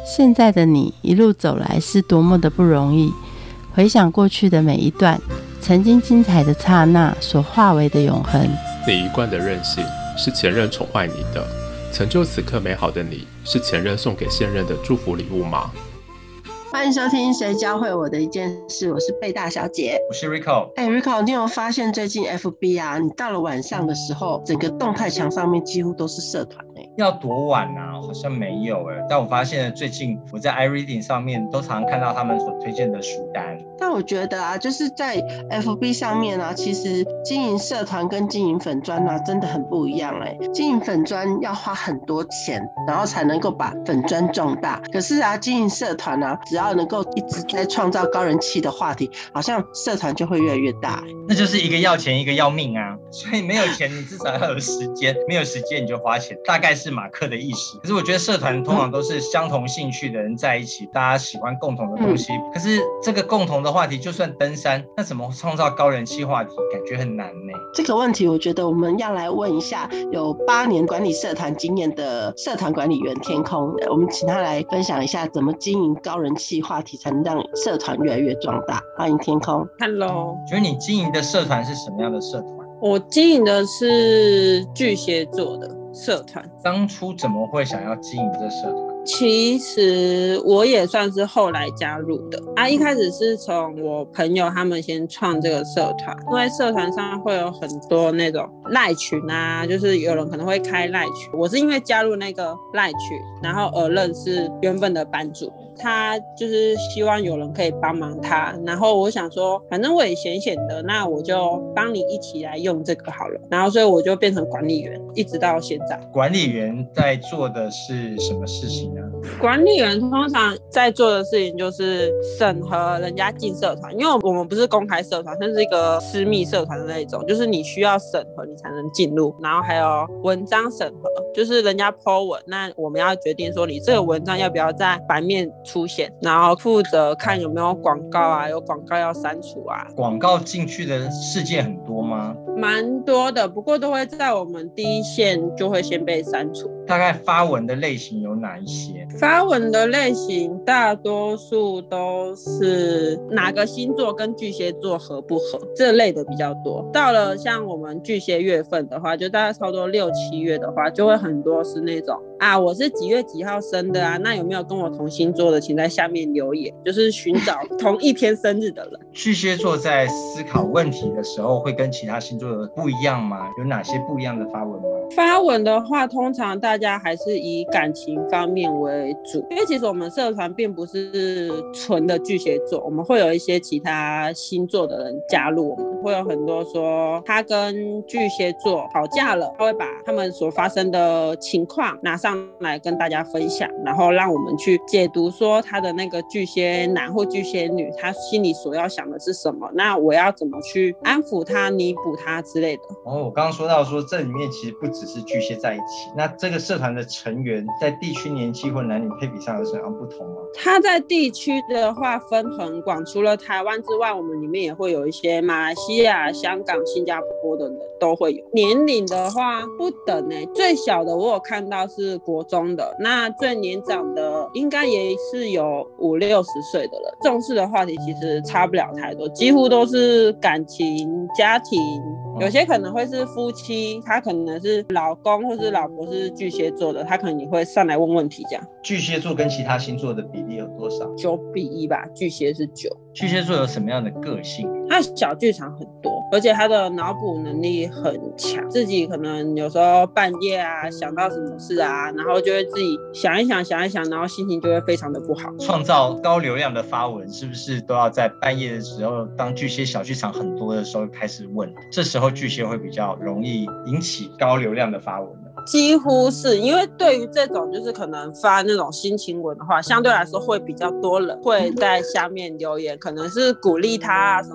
现在的你一路走来是多么的不容易，回想过去的每一段曾经精彩的刹那所化为的永恒。 你一贯的任性是前任宠坏你的，成就此刻美好的你是前任送给现任的祝福礼物吗？ 欢迎收听谁教会我的一件事，我是贝大小姐， 我是 Rico。 Rico， 你有发现最近 FB 啊，你到了晚上的时候，整个动态墙上面几乎都是社团要多晚啊？好像没有但我发现最近我在 iReading 上面都常看到他们所推荐的书单。 但我觉得啊，就是在 FB 上面啊，其实经营社团跟经营粉专啊，真的很不一样经营粉专要花很多钱，然后才能够把粉专壮大。可是啊，经营社团啊，只要能够一直在创造高人气的话题，好像社团就会越来越大那就是一个要钱，一个要命啊！所以没有钱，你至少要有时间；没有时间，你就花钱，大概是马克的意思。可是我觉得社团通常都是相同兴趣的人在一起，大家喜欢共同的东西。可是这个共同的话题，就算登山，那怎么创造高人气话题？感觉很难呢。 这个问题，我觉得我们要来问一下有8年管理社团经验的社团管理员天空，我们请他来分享一下怎么经营高人气话题，才能让社团越来越壮大。欢迎天空。 Hello， 觉得你经营的社团是什么样的社团？ 我经营的是巨蟹座的社团。 当初怎么会想要经营这社团？ 其实我也算是后来加入的一开始是从我朋友他们先创这个社团，因为社团上会有很多那种赖群啊，就是有人可能会开赖群，我是因为加入那个赖群，然后而认识原本的班主，他就是希望有人可以帮忙他，然后我想说反正我也闲闲的，那我就帮你一起来用这个好了，然后所以我就变成管理员，一直到现在。 管理员在做的是什么事情呢？ 管理员通常在做的事情就是审核人家进社团，因为我们不是公开社团，它是一个私密社团的那种，就是你需要审核你才能进入，然后还有文章审核，就是人家 po 文，那我们要决定说你这个文章要不要在版面出现，然后负责看有没有广告啊，有广告要删除啊。 广告进去的事件很多吗？ 蛮多的，不过都会在我们第一线就会先被删除。 大概发文的类型有哪一些？ 发文的类型大多数都是哪个星座跟巨蟹座合不合这类的比较多。到了像我们巨蟹月份的话，就大概差不多6、7月的话，就会很多是那种我是几月几号生的啊，那有没有跟我同星座的请在下面留言，就是寻找同一天生日的人。 巨蟹座在思考问题的时候会跟其他星座的不一样吗？有哪些不一样的发文吗？ 发文的话，通常大家还是以感情方面为主，因为其实我们社团并不是纯的巨蟹座，我们会有一些其他星座的人加入我们，会有很多说他跟巨蟹座吵架了，他会把他们所发生的情况拿上来跟大家分享，然后让我们去解读说他的那个巨蟹男或巨蟹女他心里所要想的是什么，那我要怎么去安抚他弥补他之类的。 我刚刚说到说这里面其实不只是巨蟹在一起，那这个社团的成员在地区年纪或男女配比上有什么样不同吗？ 他在地区的话分很广，除了台湾之外，我们里面也会有一些马来西亚、香港、新加坡的人都会有。年龄的话不等最小的我有看到是国中的，那最年长的应该也是有50、60岁的人。重视的话题其实差不了太多，几乎都是感情、家庭，有些可能会是夫妻，他可能是老公或是老婆是巨蟹座的，他可能也会上来问问题这样。 巨蟹座跟其他星座的比例有多少 ？9:1吧，巨蟹是9。 巨蟹座有什么样的个性？ 他小剧场很多，而且他的脑补能力很强，自己可能有时候半夜想到什么事然后就会自己想一想，然后心情就会非常的不好。 创造高流量的发文是不是都要在半夜的时候，当巨蟹小剧场很多的时候开始问，这时候巨蟹会比较容易引起高流量的发文呢？ 几乎是，因为对于这种就是可能发那种心情文的话，相对来说会比较多人会在下面留言，可能是鼓励他什么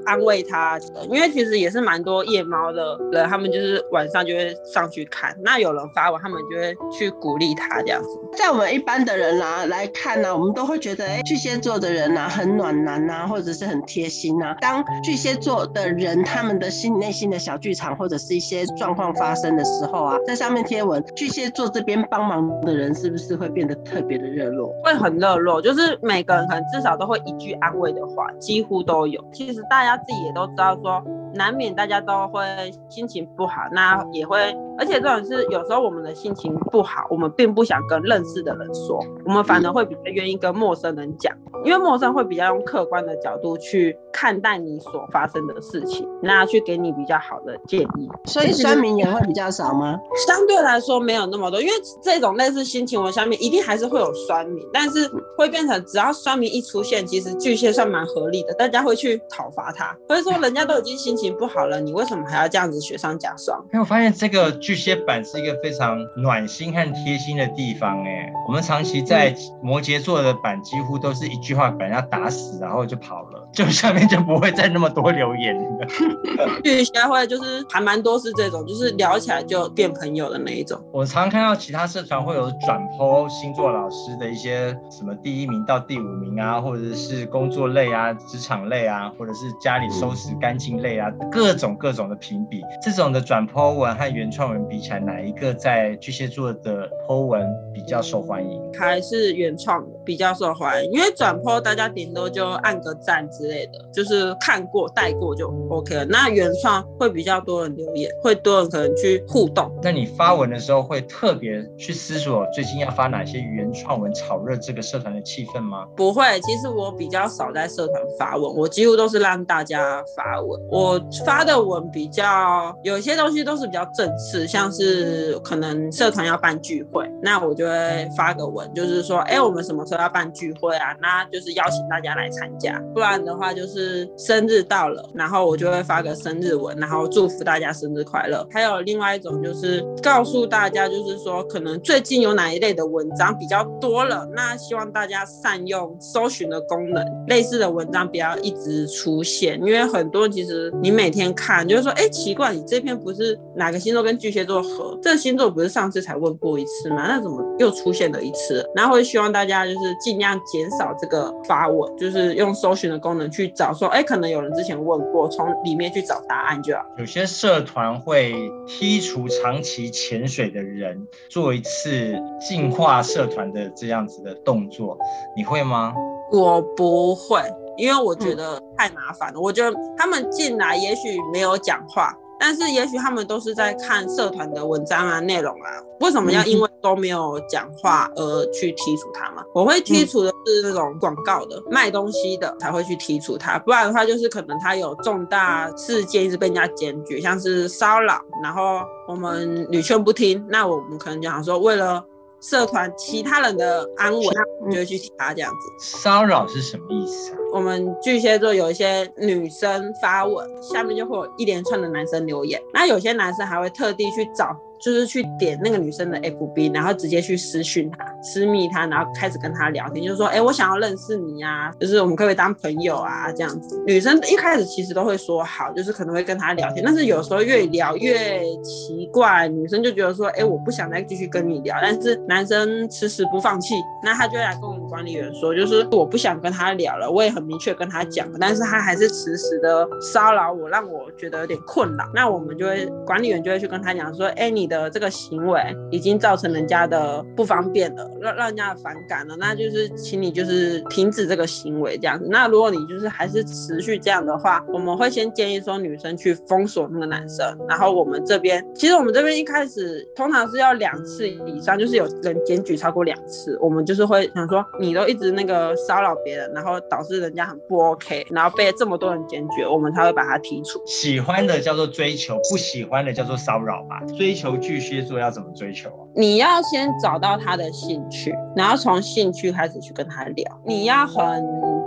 安慰他，因为其实也是蛮多夜猫的人，他们就是晚上就会上去看，那有人发文，他们就会去鼓励他这样子。 在我们一般的人来看我们都会觉得巨蟹座的人很暖男或者是很贴心当巨蟹座的人他们的内心的小剧场或者是一些状况发生的时候在上面贴文，巨蟹座这边帮忙的人是不是会变得特别的热络？ 会很热络，就是每个人可能至少都会一句安慰的话，几乎都有。其实大家自己也都知道说，难免大家都会心情不好，那也会，而且这种是有时候我们的心情不好，我们并不想跟认识的人说，我们反而会比较愿意跟陌生人讲，因为陌生人会比较用客观的角度去看待你所发生的事情，那去给你比较好的建议。 所以酸民也会比较少吗？ 相对来说没有那么多，因为这种类似心情文下面一定还是会有酸民，但是会变成只要酸民一出现，其实巨蟹算蛮合理的，大家会去讨伐他，会说人家都已经心情不好了，你为什么还要这样子雪上加霜？ 我发现这个巨蟹版是一个非常暖心和贴心的地方我们长期在摩羯座的版几乎都是一句话把人家打死然后就跑了，就下面就不会再那么多留言了。 巨蟹会就是还蛮多是这种，就是聊起来就变朋友的那一种。 我常看到其他社团会有转 po 星座老师的一些什么第1名到第5名或者是工作类职场类或者是家里收拾干净类各种的评比。这种的转 po 文和原创文比起来，哪一个在巨蟹座的 po 文比较受欢迎？ 还是原创的比较受欢迎，因为转 po 大家顶多就按个赞之类的，就是看过带过就 OK 了。那原创会比较多人留言，会多人可能去互动。 那你发文的时候会特别去思索最近要发哪些原创文炒热这个社团的气氛吗？ 不会，其实我比较少在社团发文，我几乎都是让大家发文。我发的文比较有些东西都是比较正式，像是可能社团要办聚会，那我就会发个文，就是说我们什么时候要办聚会那就是邀请大家来参加。不然的话就是生日到了，然后我就会发个生日文，然后祝福大家生日快乐。还有另外一种就是告诉大家，就是说可能最近有哪一类的文章比较多了，那希望大家善用搜寻的功能，类似的文章不要一直出现，因为很多其实你每天看就会说奇怪，你这篇不是哪个星座跟巨蟹座合，这个星座不是上次才问过一次吗？那怎么又出现了一次？然后会希望大家就是尽量减少这个发文，就是用搜寻的功能去找说可能有人之前问过，从里面去找答案就好。 有些社团会剔除长期潜水的人，做一次净化社团的这样子的动作，你会吗？ 我不会，因为我觉得太麻烦了。我觉得他们进来也许没有讲话，但是也许他们都是在看社团的文章内容为什么要因为都没有讲话而去剔除他们？我会剔除的是那种广告的卖东西的才会去剔除他，不然的话就是可能他有重大事件一直被人家检举，像是骚扰，然后我们屡劝不听，那我们可能就想说为了社团其他人的安稳，就会去提他这样子。 骚扰是什么意思我们巨蟹座有一些女生发文，下面就会有一连串的男生留言，那有些男生还会特地去找，就是去点那个女生的 FB， 然后直接去私讯她、私密她，然后开始跟她聊天，就是说我想要认识你就是我们可不可以当朋友这样子。女生一开始其实都会说好，就是可能会跟她聊天，但是有时候越聊越奇怪，女生就觉得说我不想再继续跟你聊，但是男生迟迟不放弃，那他就会来跟我们管理员说，就是我不想跟他聊了，我也很明确跟他讲了，但是他还是迟迟的骚扰我，让我觉得有点困扰。那我们就会管理员就会去跟他讲说你的这个行为已经造成人家的不方便了，让人家的反感了，那就是请你就是停止这个行为这样子。那如果你就是还是持续这样的话，我们会先建议说女生去封锁那个男生，然后我们这边一开始通常是要2次以上，就是有人检举超过2次，我们就是会想说你都一直那个骚扰别人，然后导致人家很不 OK， 然后被这么多人检举，我们才会把它剔除。 喜欢的叫做追求，不喜欢的叫做骚扰吧。追求巨蟹座要怎么追求你要先找到他的兴趣，然后从兴趣开始去跟他聊，你要很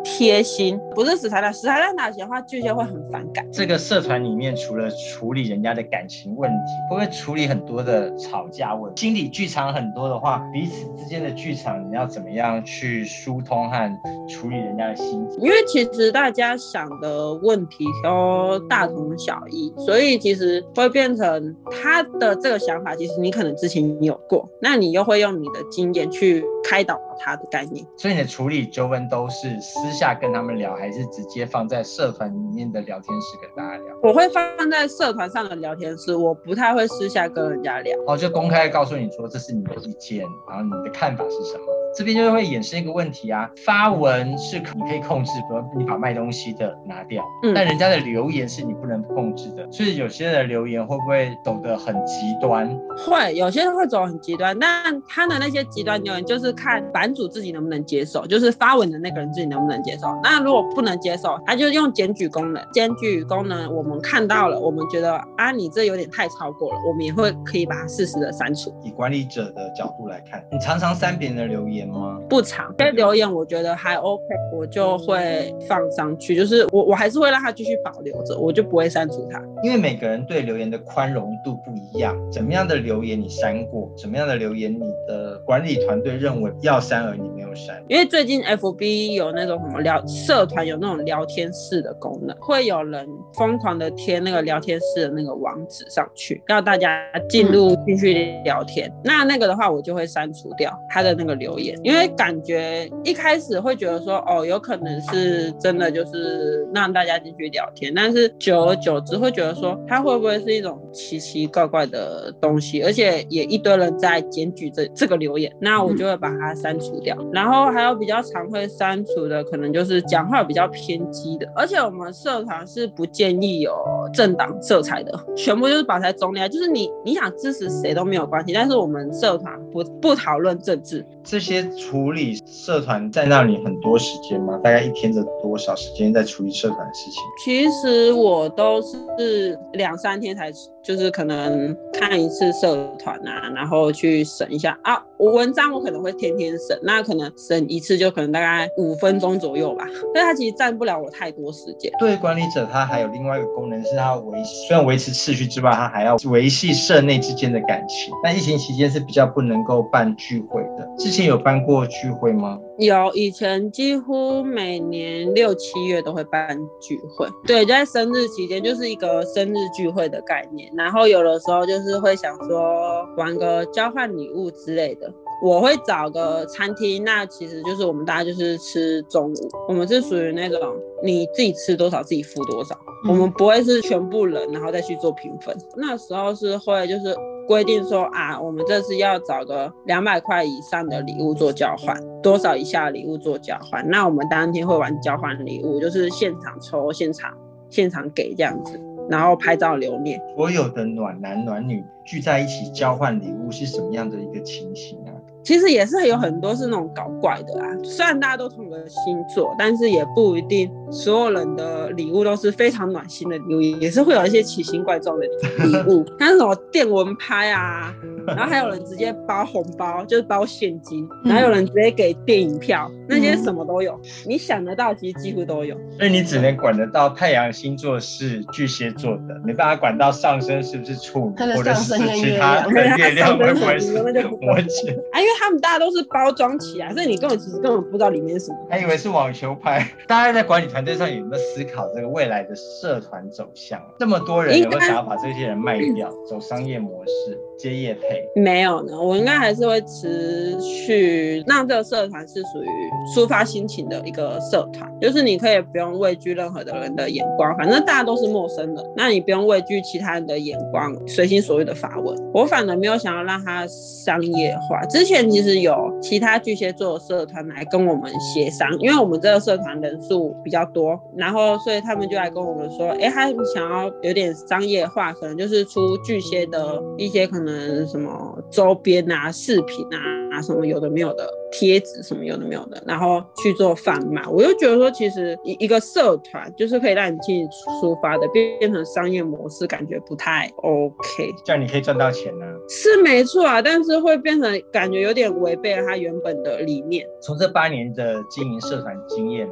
贴心，不是死缠烂打的话，巨蟹会很反感。 这个社团里面除了处理人家的感情问题，会不会处理很多的吵架问题？心理剧场很多的话，彼此之间的剧场你要怎么样去疏通和处理人家的心情？ 因为其实大家想的问题都大同小异，所以其实会变成他的这个想法，其实你可能之前有过，那你又会用你的经验去开导他的概念。 所以你的处理纠纷都是私下跟他们聊，还是直接放在社团里面的聊天室跟大家聊？ 我会放在社团上的聊天室，我不太会私下跟人家聊。 就公开告诉你说这是你的意见，然后你的看法是什么。这边就会衍生一个问题啊，发文是你可以控制，比如你把卖东西的拿掉，但人家的留言是你不能控制的，所以有些人的留言会不会走得很极端？ 会，有些人会走很极端，但他的那些极端留言就是看版主自己能不能接受，就是发文的那个人自己能不能接受。那如果不能接受，他就用检举功能，检举功能我们看到了，我们觉得啊你这有点太超过了，我们也会可以把它适时的删除。 以管理者的角度来看，你常常删别人的留言吗？ 不常，这些留言我觉得还 OK， 我就会放上去，就是我还是会让他继续保留着，我就不会删除它。 因为每个人对留言的宽容度不一样，怎么样的留言你删过，怎么样的留言你的管理团队认为要删而你没有删。 因为最近 FB 有那种什么社团有那种聊天室的功能，会有人疯狂的贴那个聊天室的那个网址上去，让大家进去聊天。那个的话我就会删除掉他的那个留言，因为感觉一开始会觉得说有可能是真的就是让大家进去聊天，但是久而久之会觉得说它会不会是一种奇奇怪怪的东西，而且也一堆人在检举这个留言，那我就会把它删除掉。然后还有比较常会删除的可能就是讲话比较偏激的，而且我们社团是不建议有政党色彩的，全部就是保持中立，就是你想支持谁都没有关系，但是我们社团不讨论政治。 这些处理社团占到你很多时间吗？大概一天的多少时间在处理社团的事情？ 其实我都是2-3天才，就是可能看一次社团啊，然后去审一下啊。我文章我可能会天天审，那可能审一次就可能大概5分钟左右吧，但它其实占不了我太多时间。 对管理者，他还有另外一个功能是，他虽然维持秩序之外，他还要维系社内之间的感情。但疫情期间是比较不能够办聚会的。之前有办过聚会吗？ 有，以前几乎每年6、7月都会办聚会，对，在生日期间就是一个生日聚会的概念，然后有的时候就是会想说玩个交换礼物之类的。我会找个餐厅，那其实就是我们大家就是吃中午，我们是属于那种你自己吃多少自己付多少，我们不会是全部人然后再去做平分。那时候是会就是规定说啊，我们这次要找个200块以上的礼物做交换，多少以下的礼物做交换。那我们当天会玩交换礼物，就是现场抽、现场给这样子，然后拍照留念。 所有的暖男暖女聚在一起交换礼物是什么样的一个情形啊？ 其实也是有很多是那种搞怪的啊，虽然大家都同个星座，但是也不一定所有人的礼物都是非常暖心的礼物，也是会有一些奇形怪状的礼物，像是什么电蚊拍啊，然后还有人直接包红包，就是包现金，然后有人直接给电影票，那些什么都有，你想得到其实几乎都有。 所以你只能管得到太阳星座是巨蟹座的，没办法管到上升是不是处女，或者是其他的月亮会不会是摩羯。 因为他们大家都是包装起来，所以你其实根本不知道里面是什么。 还以为是网球拍。大家在管理团队上有没有思考这个未来的社团走向？这么多人有没有想要把这些人卖掉，走商业模式，接业配？ 没有呢，我应该还是会持续让这个社团是属于抒发心情的一个社团，就是你可以不用畏惧任何的人的眼光，反正大家都是陌生人，那你不用畏惧其他人的眼光，随心所欲的发问。我反而没有想要让它商业化。之前其实有其他巨蟹座的社团来跟我们协商，因为我们这个社团人数比较多，然后所以他们就来跟我们说，他们想要有点商业化，可能就是出巨蟹的一些可能什么周边啊、饰品啊、什么有的没有的贴纸什么有的没有的，然后去做贩卖。我就觉得说，其实一个社团就是可以让你进行抒发的，变成商业模式，感觉不太 OK。 这样你可以赚到钱呢？ 是没错啊，但是会变成感觉有点违背了他原本的理念。 从这8年的经营社团经验啊，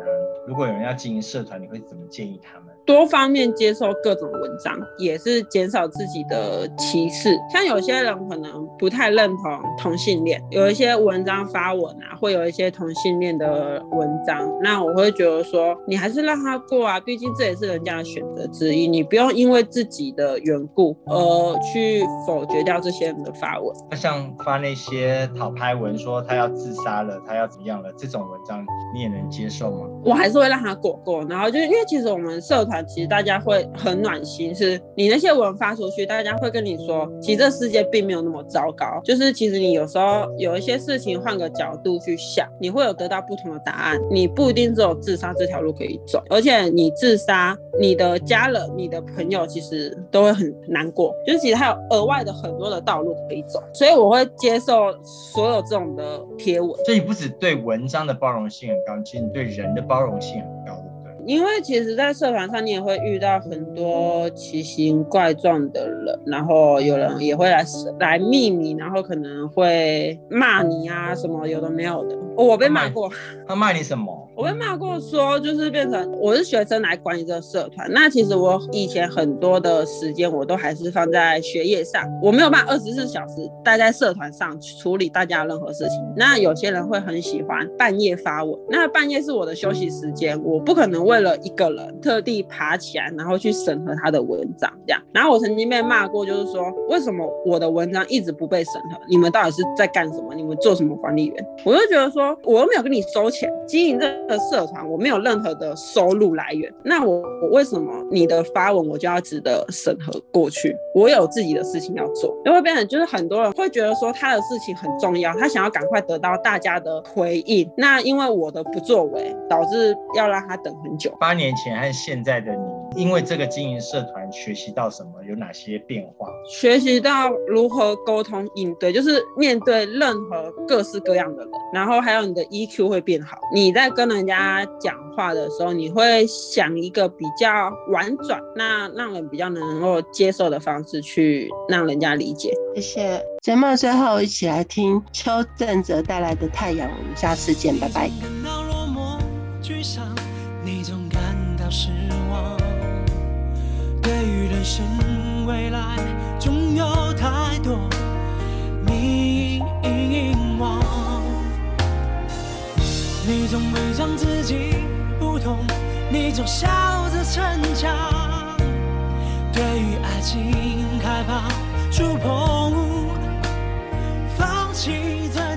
如果有人要经营社团，你会怎么建议他们？ 多方面接受各种文章，也是减少自己的歧视。像有些人可能不太认同同性恋，有一些文章发文啊，会有一些同性恋的文章，那我会觉得说，你还是让他过啊，毕竟这也是人家的选择之一，你不用因为自己的缘故而去否决掉这些人的发文。 那像发那些讨拍文说他要自杀了，他要怎么样了，这种文章你也能接受吗？ 我还是会让他过，然后就是因为其实我们社团其实大家会很暖心，是你那些文发出去，大家会跟你说，其实这世界并没有那么糟糕，就是其实你有时候有一些事情换个角度去想，你会有得到不同的答案，你不一定只有自杀这条路可以走，而且你自杀，你的家人、你的朋友其实都会很难过，就是其实还有额外的很多的道路可以走，所以我会接受所有这种的贴文。 所以你不只对文章的包容性很高，其实你对人的包容性很高。 因为其实在社团上你也会遇到很多奇形怪状的人，然后有人也会来密你，然后可能会骂你啊什么有的没有的。我被骂过。 他骂你什么？ 我被骂过说就是变成我是学生来管理这个社团，那其实我以前很多的时间我都还是放在学业上，我没有办法24小时待在社团上处理大家的任何事情。那有些人会很喜欢半夜发文，那半夜是我的休息时间，我不可能为了一个人特地爬起来然后去审核他的文章这样。然后我曾经被骂过，就是说为什么我的文章一直不被审核，你们到底是在干什么，你们做什么管理员？我就觉得说我又没有跟你收钱，经营这个社团我没有任何的收入来源，那我为什么你的发文我就要值得审核过去？我有自己的事情要做，就会变成就是很多人会觉得说他的事情很重要，他想要赶快得到大家的回应，那因为我的不作为导致要让他等很久。 8年前和现在的你，因为这个经营社团学习到什么？有哪些变化？ 学习到如何沟通应对，就是面对任何各式各样的人，然后还有你的 EQ 会变好，你在跟人家讲话的时候你会想一个比较婉转，那让人比较能够接受的方式去让人家理解。 谢谢。节目最后一起来听邱正哲带来的太阳，我们下次见，拜拜。 你总感到失望，对于人生未来总有太多迷惘，你总伪装自己不同，你总笑着逞强，对于爱情害怕触碰，放弃